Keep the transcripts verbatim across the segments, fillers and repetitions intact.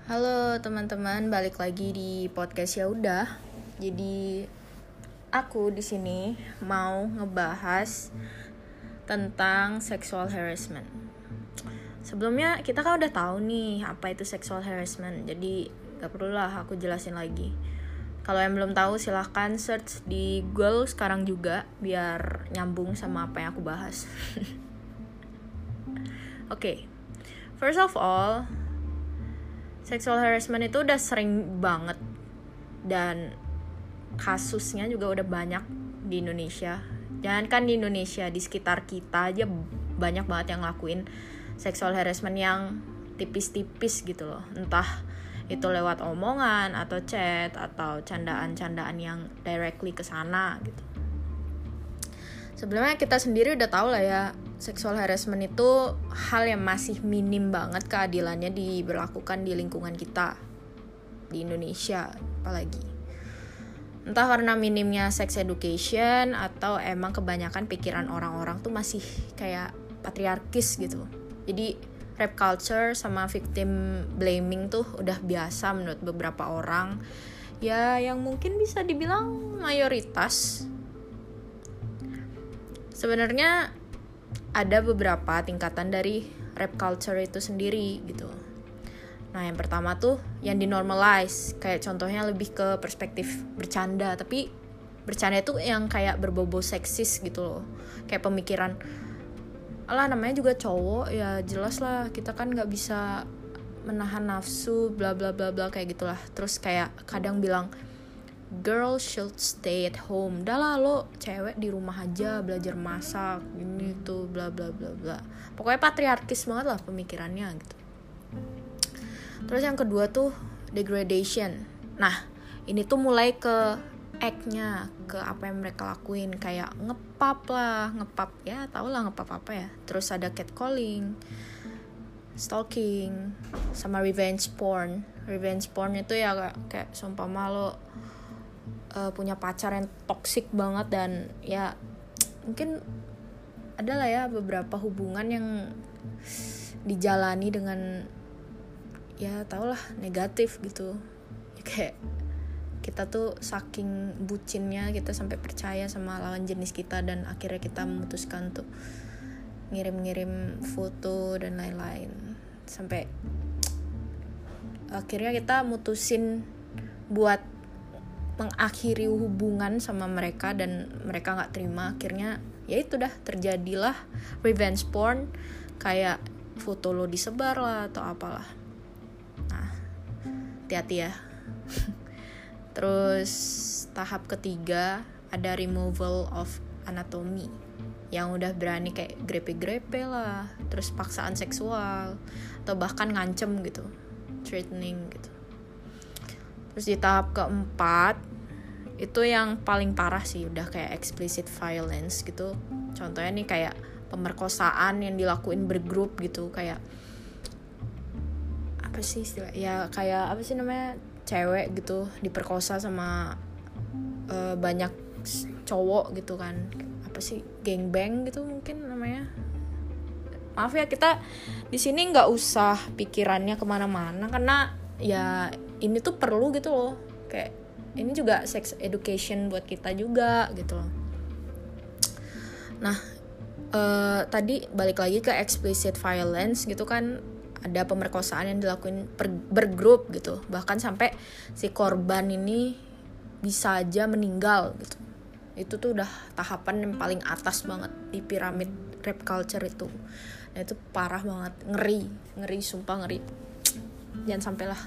Halo teman-teman, balik lagi di podcast Ya Udah. Jadi aku di sini mau ngebahas tentang sexual harassment. Sebelumnya kita kan udah tahu nih apa itu sexual harassment. Jadi gak perlulah aku jelasin lagi. Kalau yang belum tahu silahkan search di Google sekarang juga biar nyambung sama apa yang aku bahas. Oke, okay. First of all, sexual harassment itu udah sering banget dan kasusnya juga udah banyak di Indonesia. Jangan kan di Indonesia, di sekitar kita aja banyak banget yang ngelakuin sexual harassment yang tipis-tipis gitu loh. Entah itu lewat omongan atau chat atau candaan-candaan yang directly ke sana gitu. Sebelumnya kita sendiri udah tahu lah ya, sexual harassment itu hal yang masih minim banget keadilannya diberlakukan di lingkungan kita di Indonesia apalagi. Entah karena minimnya sex education atau emang kebanyakan pikiran orang-orang tuh masih kayak patriarkis gitu. Jadi rap culture sama victim blaming tuh udah biasa menurut beberapa orang ya, yang mungkin bisa dibilang mayoritas. Sebenarnya ada beberapa tingkatan dari rap culture itu sendiri gitu. Nah, yang pertama tuh yang dinormalize, kayak contohnya lebih ke perspektif bercanda, tapi bercanda itu yang kayak berbobot seksis gitu loh. Kayak pemikiran, alah namanya juga cowok, ya jelas lah kita kan nggak bisa menahan nafsu, bla bla bla bla kayak gitulah. Terus kayak kadang bilang, girl should stay at home. Dah lah lo cewek di rumah aja belajar masak ini tuh bla bla bla bla. Pokoknya patriarkis banget lah pemikirannya gitu. Terus yang kedua tuh degradation. Nah, ini tuh mulai ke act-nya, ke apa yang mereka lakuin, kayak ngepap lah, ngepap ya, tau lah ngepap apa ya. Terus ada catcalling, stalking, sama revenge porn. Revenge porn itu ya kayak, kayak seumpama lo Uh, punya pacar yang toksik banget dan ya mungkin ada lah ya beberapa hubungan yang dijalani dengan ya tau lah negatif gitu ya, kayak kita tuh saking bucinnya kita sampai percaya sama lawan jenis kita dan akhirnya kita memutuskan untuk ngirim-ngirim foto dan lain-lain sampai akhirnya kita mutusin buat mengakhiri hubungan sama mereka dan mereka nggak terima. Akhirnya ya itu dah terjadilah revenge porn, kayak foto lo disebar lah atau apalah. Nah, hati-hati ya. Terus tahap ketiga ada removal of anatomy, yang udah berani kayak grepe-grepe lah, terus paksaan seksual atau bahkan ngancem gitu, threatening gitu. Terus di tahap keempat itu yang paling parah sih, udah kayak explicit violence gitu. Contohnya nih kayak pemerkosaan yang dilakuin bergrup gitu, kayak apa sih istilah ya, kayak apa sih namanya, cewek gitu diperkosa sama uh, banyak cowok gitu kan, apa sih, gangbang gitu mungkin namanya. Maaf ya, kita di sini nggak usah pikirannya kemana-mana karena ya ini tuh perlu gitu loh, kayak ini juga sex education buat kita juga gitu loh. Nah, uh, tadi balik lagi ke explicit violence gitu kan, ada pemerkosaan yang dilakuin per, bergrup gitu, bahkan sampai si korban ini bisa aja meninggal gitu. Itu tuh udah tahapan yang paling atas banget di piramid rape culture itu. Nah, itu parah banget, ngeri, ngeri sumpah ngeri. Jangan sampai lah.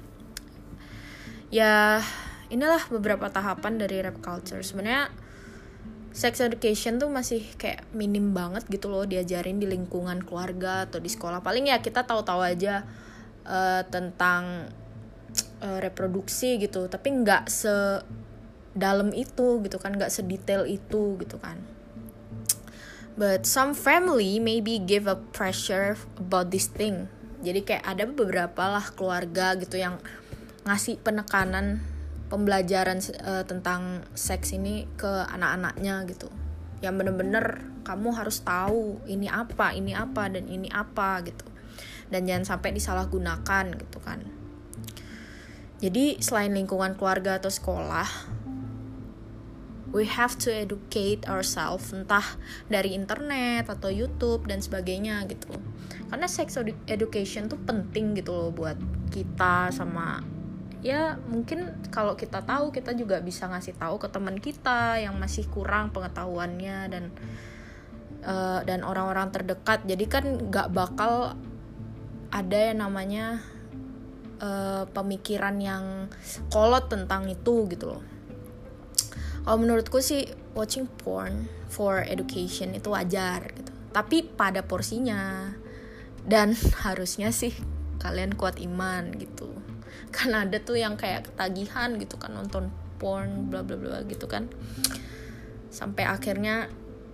Ya, inilah beberapa tahapan dari rap culture. Sebenarnya sex education tuh masih kayak minim banget gitu loh diajarin di lingkungan keluarga atau di sekolah. Paling ya kita tahu-tahu aja uh, tentang uh, reproduksi gitu, tapi nggak sedalam itu gitu kan, nggak sedetail itu gitu kan. But some family maybe give a pressure about this thing. Jadi kayak ada beberapa lah keluarga gitu yang ngasih penekanan pembelajaran uh, tentang seks ini ke anak-anaknya gitu. Yang bener-bener kamu harus tahu ini apa, ini apa, dan ini apa gitu. Dan jangan sampai disalahgunakan gitu kan. Jadi selain lingkungan keluarga atau sekolah, we have to educate ourselves, entah dari internet atau YouTube dan sebagainya gitu. Karena sex education tuh penting gitu loh buat kita, sama ya mungkin kalau kita tahu kita juga bisa ngasih tahu ke teman kita yang masih kurang pengetahuannya dan uh, dan orang-orang terdekat. Jadi kan nggak bakal ada yang namanya uh, pemikiran yang kolot tentang itu gitu loh. Kalau menurutku sih watching porn for education itu wajar gitu, tapi pada porsinya, dan harusnya sih kalian kuat iman gitu. Kan ada tuh yang kayak ketagihan gitu kan nonton porn bla bla bla gitu kan, sampai akhirnya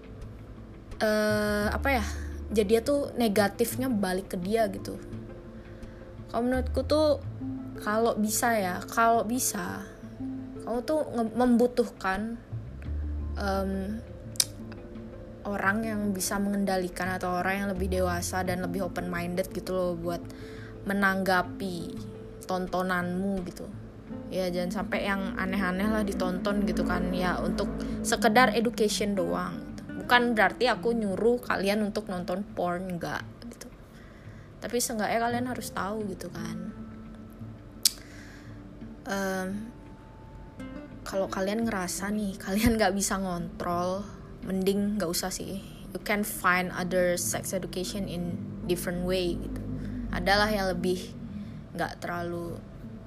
uh, apa ya, jadi dia tuh negatifnya balik ke dia gitu. Kalau menurutku tuh kalau bisa ya, kalau bisa kamu tuh nge- membutuhkan um, orang yang bisa mengendalikan atau orang yang lebih dewasa dan lebih open minded gitu loh buat menanggapi tontonanmu gitu. Ya jangan sampai yang aneh-aneh lah ditonton gitu kan, ya untuk sekedar education doang gitu. Bukan berarti aku nyuruh kalian untuk nonton porn, enggak gitu, tapi seenggaknya kalian harus tahu gitu kan. um, Kalau kalian ngerasa nih kalian gak bisa ngontrol, mending gak usah sih. You can find other sex education in different way gitu. Adalah yang lebih gak terlalu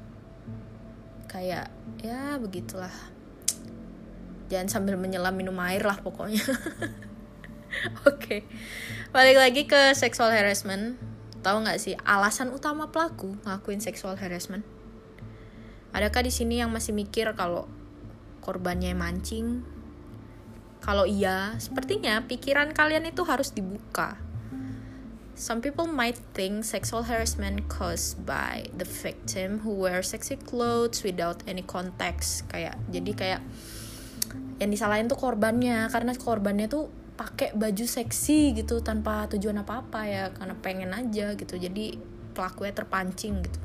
kayak ya begitulah. Jangan sambil menyelam minum air lah pokoknya. Oke, okay. Balik lagi ke sexual harassment. Tahu gak sih alasan utama pelaku ngelakuin sexual harassment? Adakah di sini yang masih mikir kalau korbannya mancing? Kalau iya, sepertinya pikiran kalian itu harus dibuka. Some people might think sexual harassment caused by the victim who wear sexy clothes without any context. Kayak jadi kayak yang disalahin tuh korbannya, karena korbannya tuh pakai baju seksi gitu tanpa tujuan apa-apa ya, karena pengen aja gitu. Jadi pelakunya terpancing gitu.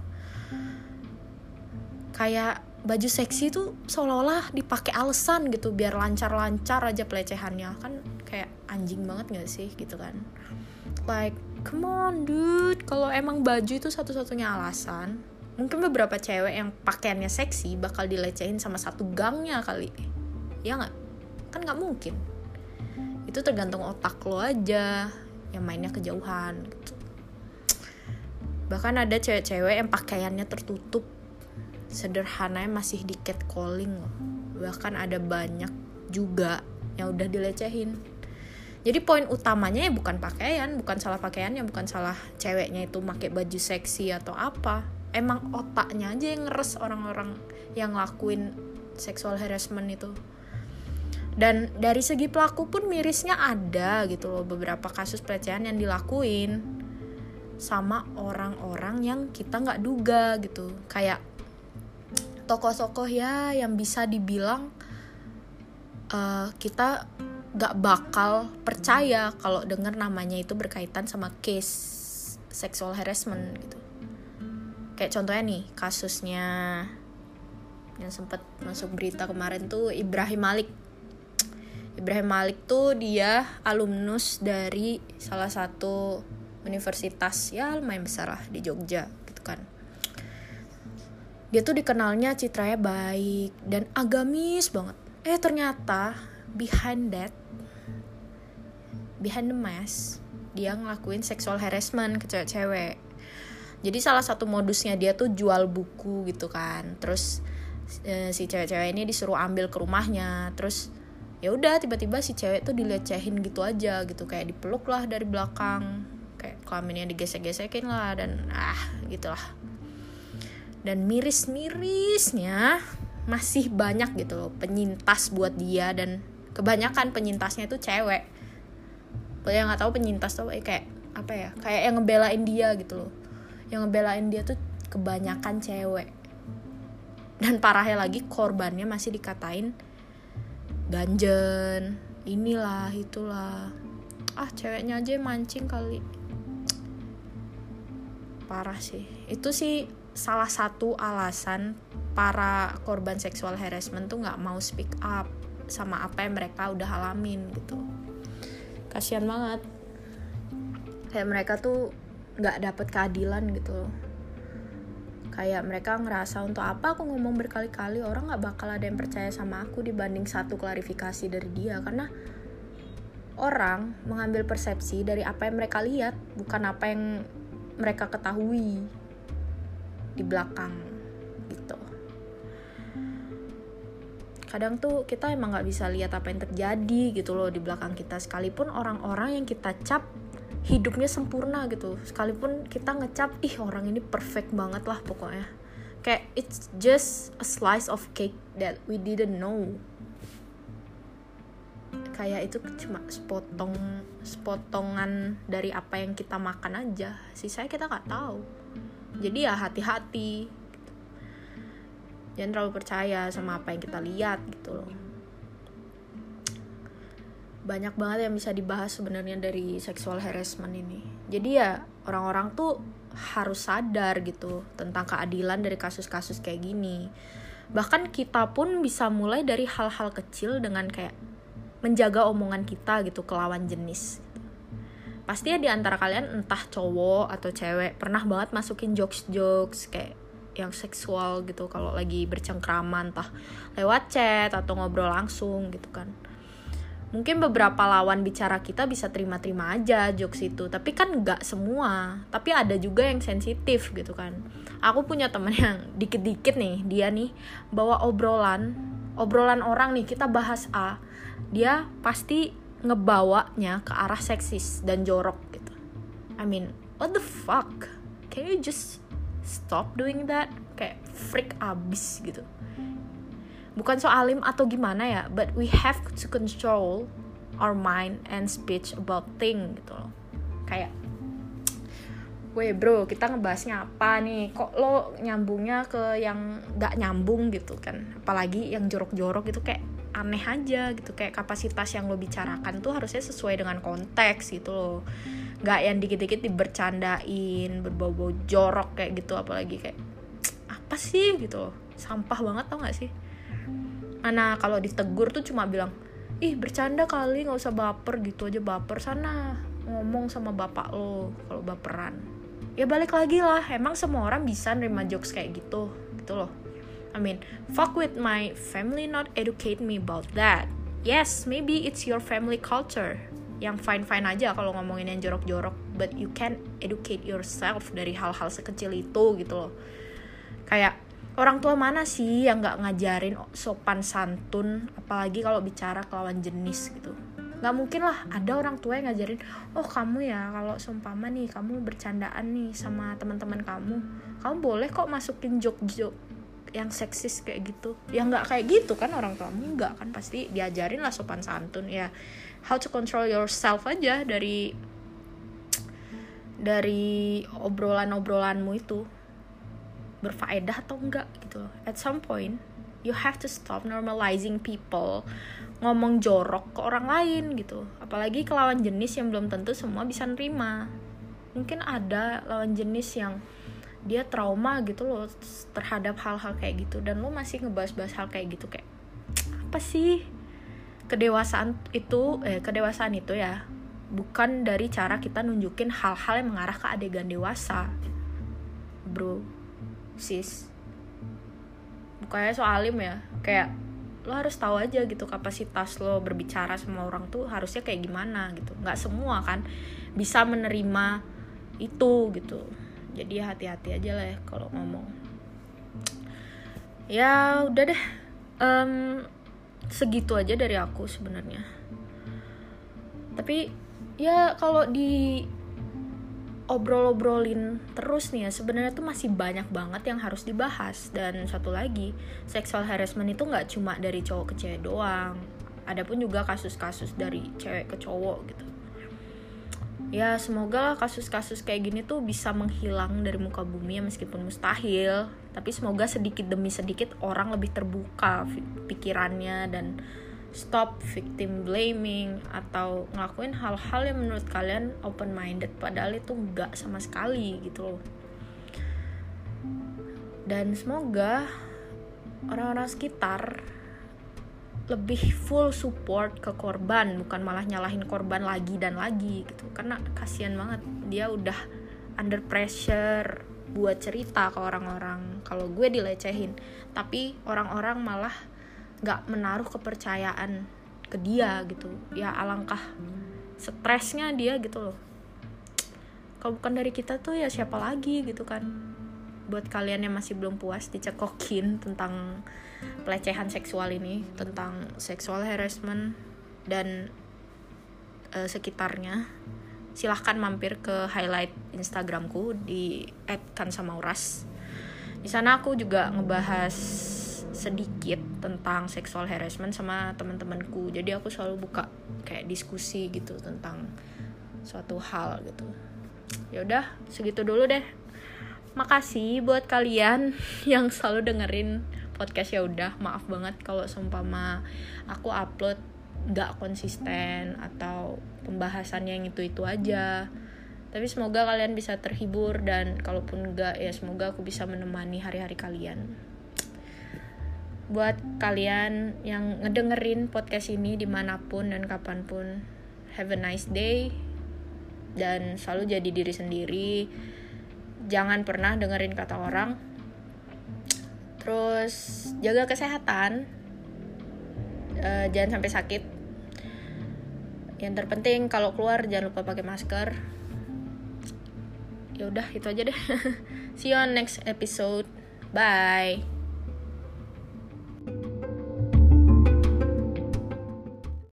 Kayak baju seksi tuh seolah-olah dipakai alasan gitu biar lancar-lancar aja pelecehannya. Kan kayak anjing banget gak sih gitu kan. Like come on dude, kalau emang baju itu satu-satunya alasan, mungkin beberapa cewek yang pakaiannya seksi bakal dilecehin sama satu gangnya kali. Ya gak? Kan gak mungkin. Itu tergantung otak lo aja yang mainnya kejauhan gitu. Bahkan ada cewek-cewek yang pakaiannya tertutup, sederhananya masih di catcalling loh. Bahkan ada banyak juga yang udah dilecehin. Jadi poin utamanya ya bukan pakaian, bukan salah pakaiannya, bukan salah ceweknya itu pakai baju seksi atau apa. Emang otaknya aja yang ngeres orang-orang yang ngelakuin sexual harassment itu. Dan dari segi pelaku pun mirisnya ada gitu loh, beberapa kasus pelecehan yang dilakuin sama orang-orang yang kita nggak duga gitu. Kayak tokoh-tokoh ya yang bisa dibilang uh, kita gak bakal percaya kalau dengar namanya itu berkaitan sama case sexual harassment gitu. Kayak contohnya nih kasusnya yang sempat masuk berita kemarin tuh Ibrahim Malik. Ibrahim Malik tuh dia alumnus dari salah satu universitas ya lumayan besar lah di Jogja gitu kan. Dia tuh dikenalnya citranya baik dan agamis banget. Eh ternyata behind that, behind the mask, dia ngelakuin sexual harassment ke cewek-cewek. Jadi salah satu modusnya dia tuh jual buku gitu kan. Terus e, si cewek-cewek ini disuruh ambil ke rumahnya. Terus ya udah tiba-tiba si cewek tuh dilecehin gitu aja gitu, kayak dipeluk lah dari belakang, kayak kelaminnya digesek-gesekin lah dan ah gitulah. Dan miris-mirisnya masih banyak gitu loh penyintas buat dia, dan kebanyakan penyintasnya itu cewek. Kalau yang nggak tahu penyintas tuh kayak apa ya, kayak yang ngebelain dia gitu loh. Yang ngebelain dia tuh kebanyakan cewek. Dan parahnya lagi korbannya masih dikatain ganjen, inilah itulah. Ah ceweknya aja mancing kali. Parah sih. Itu sih salah satu alasan para korban seksual harassment tuh nggak mau speak up sama apa yang mereka udah alamin gitu. Kasian banget, kayak mereka tuh nggak dapet keadilan gitu. Kayak mereka ngerasa, untuk apa aku ngomong berkali-kali, orang nggak bakal ada yang percaya sama aku dibanding satu klarifikasi dari dia. Karena orang mengambil persepsi dari apa yang mereka lihat, bukan apa yang mereka ketahui di belakang gitu. Kadang tuh kita emang nggak bisa lihat apa yang terjadi gitu loh di belakang kita, sekalipun orang-orang yang kita cap hidupnya sempurna gitu, sekalipun kita ngecap ih orang ini perfect banget lah pokoknya, kayak it's just a slice of cake that we didn't know. Kayak itu cuma sepotong sepotongan dari apa yang kita makan aja, sisanya kita nggak tahu. Jadi ya hati-hati gitu. Jangan terlalu percaya sama apa yang kita lihat gitu loh. Banyak banget yang bisa dibahas sebenarnya dari sexual harassment ini. Jadi ya orang-orang tuh harus sadar gitu tentang keadilan dari kasus-kasus kayak gini. Bahkan kita pun bisa mulai dari hal-hal kecil dengan kayak menjaga omongan kita gitu ke lawan jenis. Pasti ya di antara kalian entah cowok atau cewek pernah banget masukin jokes-jokes kayak yang seksual gitu kalau lagi bercengkrama, entah lewat chat atau ngobrol langsung gitu kan. Mungkin beberapa lawan bicara kita bisa terima-terima aja jokes itu, tapi kan nggak semua. Tapi ada juga yang sensitif gitu kan. Aku punya temen yang dikit-dikit nih, dia nih bawa obrolan, obrolan orang nih, kita bahas A, dia pasti ngebawanya ke arah seksis dan jorok gitu. I mean, what the fuck? Can you just stop doing that? Kayak freak abis gitu. Bukan soal alim atau gimana ya, but we have to control our mind and speech about thing gitu loh. Kayak, weh bro, kita ngebahasnya apa nih? Kok lo nyambungnya ke yang gak nyambung gitu kan? Apalagi yang jorok-jorok gitu, kayak aneh aja gitu. Kayak kapasitas yang lo bicarakan tuh harusnya sesuai dengan konteks gitu loh. Gak yang dikit-dikit dibercandain, berbau-bau jorok kayak gitu. Apalagi kayak, apa sih gitu loh. Sampah banget tau gak sih? Nah kalau ditegur tuh cuma bilang, ih bercanda kali, gak usah baper gitu aja. Baper sana, ngomong sama bapak lo kalau baperan. Ya balik lagi lah, emang semua orang bisa nerima jokes kayak gitu gitu loh. I mean, fuck with my family not educate me about that. Yes, maybe it's your family culture yang fine-fine aja kalau ngomongin yang jorok-jorok, but you can educate yourself dari hal-hal sekecil itu gitu loh. Kayak orang tua mana sih yang gak ngajarin sopan santun, apalagi kalau bicara ke lawan jenis gitu. Gak mungkin lah ada orang tua yang ngajarin, oh kamu ya kalau seumpama nih kamu bercandaan nih sama teman-teman kamu, kamu boleh kok masukin joke-joke yang seksis kayak gitu. Ya gak kayak gitu kan orang tuamu, gak kan, pasti diajarin lah sopan santun ya. How to control yourself aja dari dari obrolan-obrolanmu itu berfaedah atau enggak gitu loh. At some point you have to stop normalizing people ngomong jorok ke orang lain gitu, apalagi ke lawan jenis yang belum tentu semua bisa nerima. Mungkin ada lawan jenis yang dia trauma gitu loh terhadap hal-hal kayak gitu, dan lo masih ngebahas-bahas hal kayak gitu. Kayak apa sih? Kedewasaan itu eh kedewasaan itu ya bukan dari cara kita nunjukin hal-hal yang mengarah ke adegan dewasa, bro, sis. Bukannya soal alim ya, kayak lo harus tahu aja gitu kapasitas lo berbicara sama orang tuh harusnya kayak gimana gitu. Nggak semua kan bisa menerima itu gitu. Jadi hati-hati aja lah ya kalau ngomong. Ya udah deh, um, segitu aja dari aku sebenarnya. Tapi ya kalau di obrol-obrolin terus nih ya, sebenarnya tuh masih banyak banget yang harus dibahas. Dan satu lagi, sexual harassment itu gak cuma dari cowok ke cewek doang, ada pun juga kasus-kasus dari cewek ke cowok gitu. Ya semoga lah kasus-kasus kayak gini tuh bisa menghilang dari muka bumi ya, meskipun mustahil. Tapi semoga sedikit demi sedikit orang lebih terbuka pikirannya dan stop victim blaming atau ngelakuin hal-hal yang menurut kalian open minded padahal itu enggak sama sekali gitu loh. Dan semoga orang-orang sekitar lebih full support ke korban, bukan malah nyalahin korban lagi dan lagi gitu. Karena kasihan banget, dia udah under pressure buat cerita ke orang-orang kalau gue dilecehin, tapi orang-orang malah gak menaruh kepercayaan ke dia gitu. Ya alangkah stresnya dia gitu loh. Kalau bukan dari kita tuh ya siapa lagi gitu kan. Buat kalian yang masih belum puas dicekokin tentang pelecehan seksual ini, tentang sexual harassment dan uh, sekitarnya, silahkan mampir ke highlight Instagramku di et kansamauras. Di sana aku juga ngebahas sedikit tentang sexual harassment sama teman-temanku. Jadi aku selalu buka kayak diskusi gitu tentang suatu hal gitu. Ya udah, segitu dulu deh. Makasih buat kalian yang selalu dengerin podcast Ya Udah. Maaf banget kalau seumpama aku upload gak konsisten atau pembahasannya yang itu-itu aja. Tapi semoga kalian bisa terhibur, dan kalaupun gak ya semoga aku bisa menemani hari-hari kalian. Buat kalian yang ngedengerin podcast ini dimanapun dan kapanpun, have a nice day. Dan selalu jadi diri sendiri. Jangan pernah dengerin kata orang. Terus jaga kesehatan. Uh, jangan sampai sakit. Yang terpenting kalau keluar jangan lupa pakai masker. Ya udah, itu aja deh. See you on next episode. Bye.